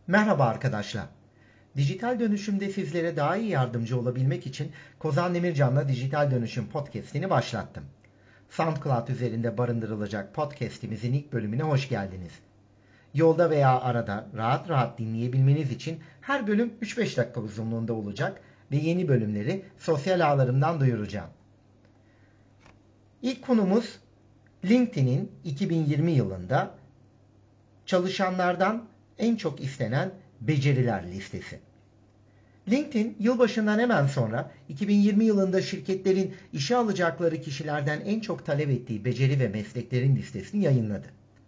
Merhaba arkadaşlar. Dijital dönüşümde sizlere daha iyi yardımcı olabilmek için Kozan Demircan'la Dijital Dönüşüm Podcast'ini başlattım. SoundCloud üzerinde barındırılacak podcast'imizin ilk bölümüne hoş geldiniz. Yolda veya arada rahat rahat dinleyebilmeniz için her bölüm 3-5 dakika uzunluğunda olacak ve yeni bölümleri sosyal ağlarımdan duyuracağım. İlk konumuz LinkedIn'in 2020 yılında çalışanlardan en çok istenen beceriler listesi. LinkedIn yılbaşından hemen sonra 2020 yılında şirketlerin işe alacakları kişilerden en çok talep ettiği beceri ve mesleklerin listesini yayınladı.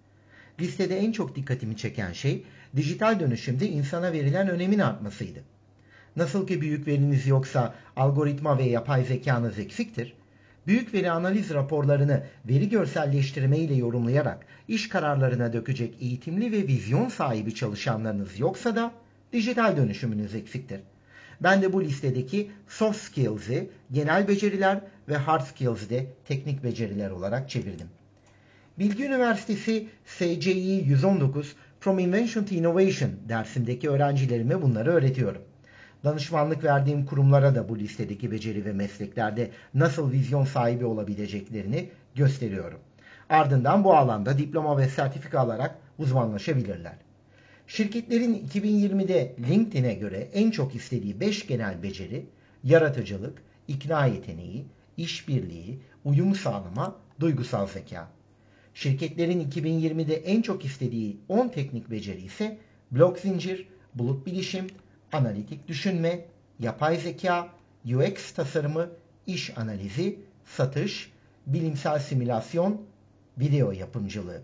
Listede en çok dikkatimi çeken şey dijital dönüşümde insana verilen önemin artmasıydı. Nasıl ki büyük veriniz yoksa algoritma ve yapay zekanız eksiktir, büyük veri analiz raporlarını veri görselleştirme ile yorumlayarak iş kararlarına dökecek eğitimli ve vizyon sahibi çalışanlarınız yoksa da dijital dönüşümünüz eksiktir. Ben de bu listedeki soft skills'i genel beceriler ve hard skills'i teknik beceriler olarak çevirdim. Bilgi Üniversitesi SCI 119 From Invention to Innovation dersimdeki öğrencilerime bunları öğretiyorum. Danışmanlık verdiğim kurumlara da bu listedeki beceri ve mesleklerde nasıl vizyon sahibi olabileceklerini gösteriyorum. Ardından bu alanda diploma ve sertifika alarak uzmanlaşabilirler. Şirketlerin 2020'de LinkedIn'e göre en çok istediği 5 genel beceri, yaratıcılık, ikna yeteneği, işbirliği, uyum sağlama, duygusal zeka. Şirketlerin 2020'de en çok istediği 10 teknik beceri ise blok zincir, bulut bilişim, analitik düşünme, yapay zeka, UX tasarımı, iş analizi, satış, bilimsel simülasyon, video yapımcılığı.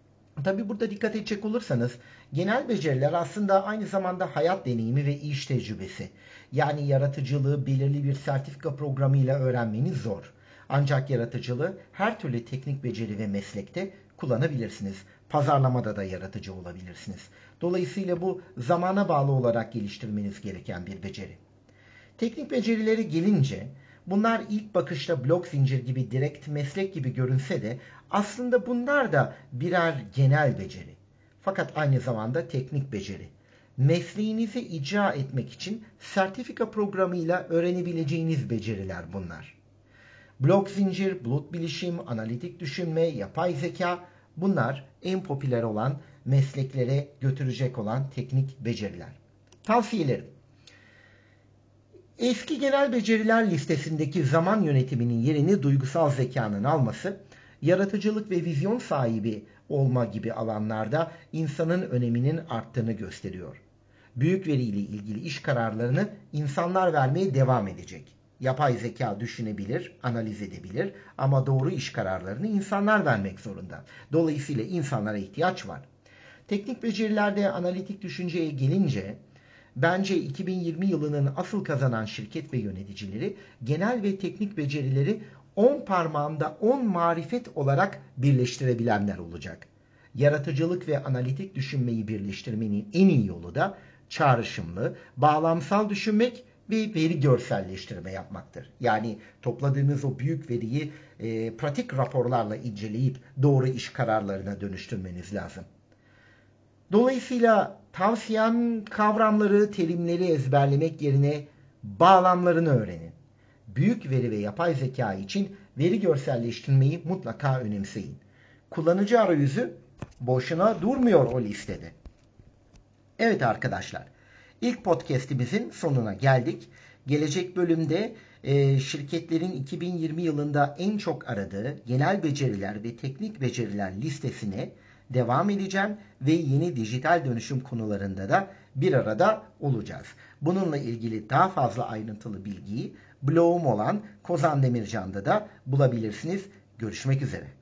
Tabi burada dikkat edecek olursanız genel beceriler aslında aynı zamanda hayat deneyimi ve iş tecrübesi. Yani yaratıcılığı belirli bir sertifika programıyla öğrenmeniz zor. Ancak yaratıcılığı her türlü teknik beceri ve meslekte kullanabilirsiniz. Pazarlamada da yaratıcı olabilirsiniz. Dolayısıyla bu zamana bağlı olarak geliştirmeniz gereken bir beceri. Teknik becerilere gelince bunlar ilk bakışta blok zincir gibi direkt meslek gibi görünse de aslında bunlar da birer genel beceri. Fakat aynı zamanda teknik beceri. Mesleğinizi icra etmek için sertifika programıyla öğrenebileceğiniz beceriler bunlar. Blok zincir, bulut bilişim, analitik düşünme, yapay zeka bunlar en popüler olan mesleklere götürecek olan teknik beceriler. Tavsiyelerim. Eski genel beceriler listesindeki zaman yönetiminin yerini duygusal zekanın alması, yaratıcılık ve vizyon sahibi olma gibi alanlarda insanın öneminin arttığını gösteriyor. Büyük veriyle ilgili iş kararlarını insanlar vermeye devam edecek. Yapay zeka düşünebilir, analiz edebilir ama doğru iş kararlarını insanlar vermek zorunda. Dolayısıyla insanlara ihtiyaç var. Teknik becerilerde analitik düşünceye gelince bence 2020 yılının asıl kazanan şirket ve yöneticileri genel ve teknik becerileri 10 parmağında 10 marifet olarak birleştirebilenler olacak. Yaratıcılık ve analitik düşünmeyi birleştirmenin en iyi yolu da çağrışımlı, bağlamsal düşünmek ve veri görselleştirme yapmaktır. Yani topladığınız o büyük veriyi pratik raporlarla inceleyip doğru iş kararlarına dönüştürmeniz lazım. Dolayısıyla tavsiyem kavramları, terimleri ezberlemek yerine bağlamlarını öğrenin. Büyük veri ve yapay zeka için veri görselleştirmeyi mutlaka önemseyin. Kullanıcı arayüzü boşuna durmuyor o listede. Evet arkadaşlar, ilk podcast'imizin sonuna geldik. Gelecek bölümde şirketlerin 2020 yılında en çok aradığı genel beceriler ve teknik beceriler listesine devam edeceğim ve yeni dijital dönüşüm konularında da bir arada olacağız. Bununla ilgili daha fazla ayrıntılı bilgiyi blogum olan Kozan Demircan'da da bulabilirsiniz. Görüşmek üzere.